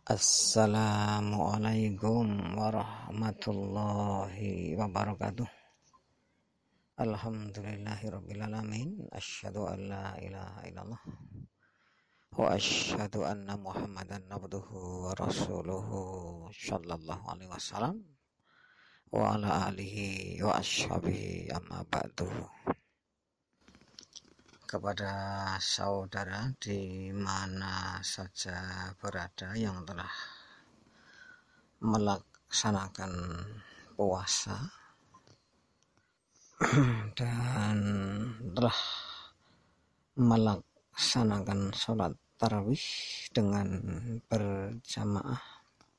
Assalamualaikum warahmatullahi wabarakatuh. Alhamdulillahirrabbilalamin. Asyhadu an la ilaha illallah wa asyhadu anna muhammadan abduhu wa rasuluhu sallallahu alaihi wasallam wa ala alihi wa ashabihi amma ba'du. Kepada saudara di mana saja berada yang telah melaksanakan puasa dan telah melaksanakan sholat tarawih dengan berjamaah,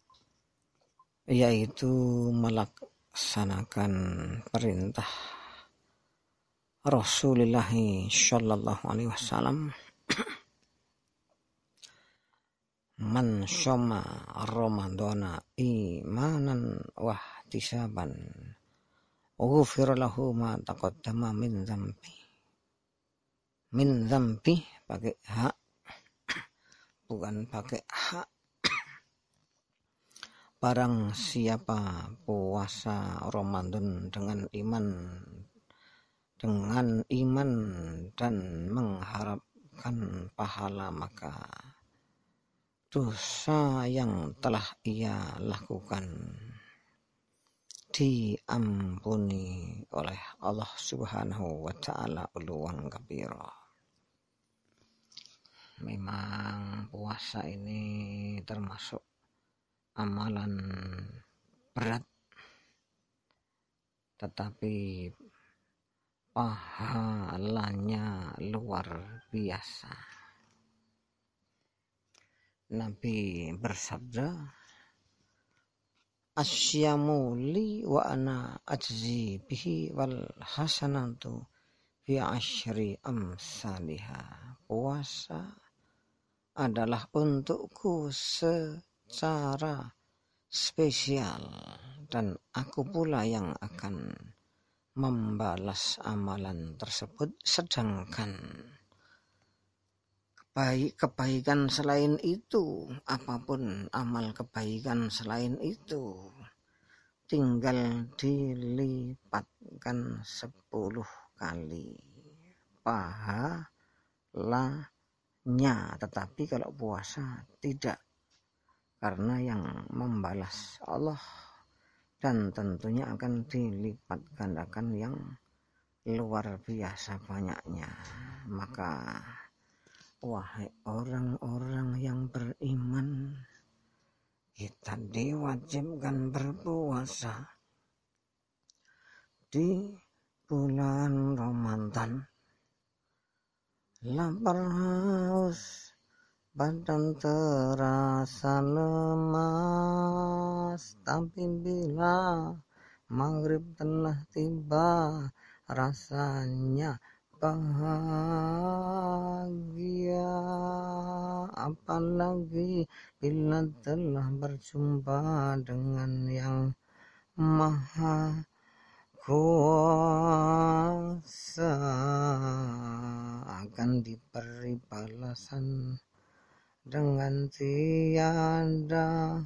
yaitu melaksanakan perintah Rasulullah Shallallahu Alaihi Wasallam, man syoma ramadhana imanan wahtisaban ghufir lahu ma taqaddama min dzambi pakai hak bukan pakai hak. Barang siapa puasa Ramadan dengan iman dan mengharapkan pahala, maka dosa yang telah ia lakukan diampuni oleh Allah Subhanahu wa ta'ala uluwan kabira. Memang puasa ini termasuk amalan berat, tetapi pahalanya luar biasa. Nabi bersabda, asyamu li wa ana ajzi bihi wal hasanatu fi asyri amsalihha. Puasa adalah untukku secara spesial dan aku pula yang akan membalas amalan tersebut, sedangkan kebaikan selain itu, apapun amal kebaikan selain itu, tinggal dilipatkan 10 kali pahalanya. Tetapi kalau puasa tidak, karena yang membalas Allah, dan tentunya akan dilipat gandakan yang luar biasa banyaknya. Maka wahai orang-orang yang beriman, kita diwajibkan berpuasa di bulan Ramadan. Lapar haus, badan terasa lemas, tapi bila maghrib telah tiba, rasanya bahagia. Apalagi bila telah berjumpa dengan yang maha kuasa, akan diberi balasan dengan tiada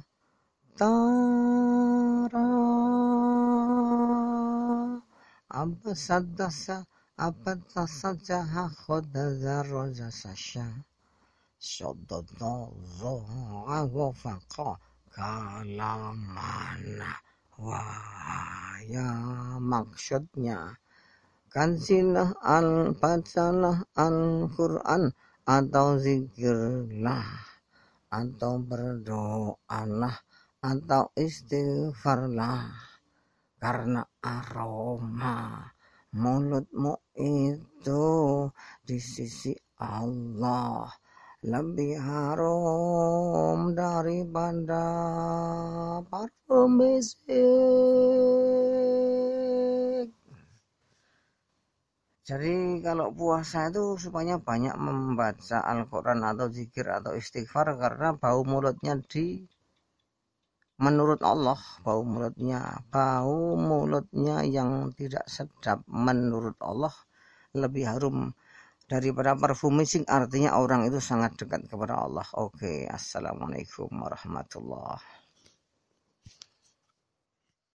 tara. Apa saja khoda roja sasha shododolzo agofaka kalamana. Wahaya, maksudnya kansilah bacalah Al-Quran atau zikirlah atau berdoalah atau istighfarlah, karena aroma mulutmu itu di sisi Allah lebih harum daripada parfum basic. Jadi kalau puasa itu supaya banyak membaca Al-Quran atau zikir atau istighfar, karena bau mulutnya menurut Allah, bau mulutnya yang tidak sedap menurut Allah lebih harum daripada perfuming artinya orang itu sangat dekat kepada Allah. Oke, assalamualaikum warahmatullahi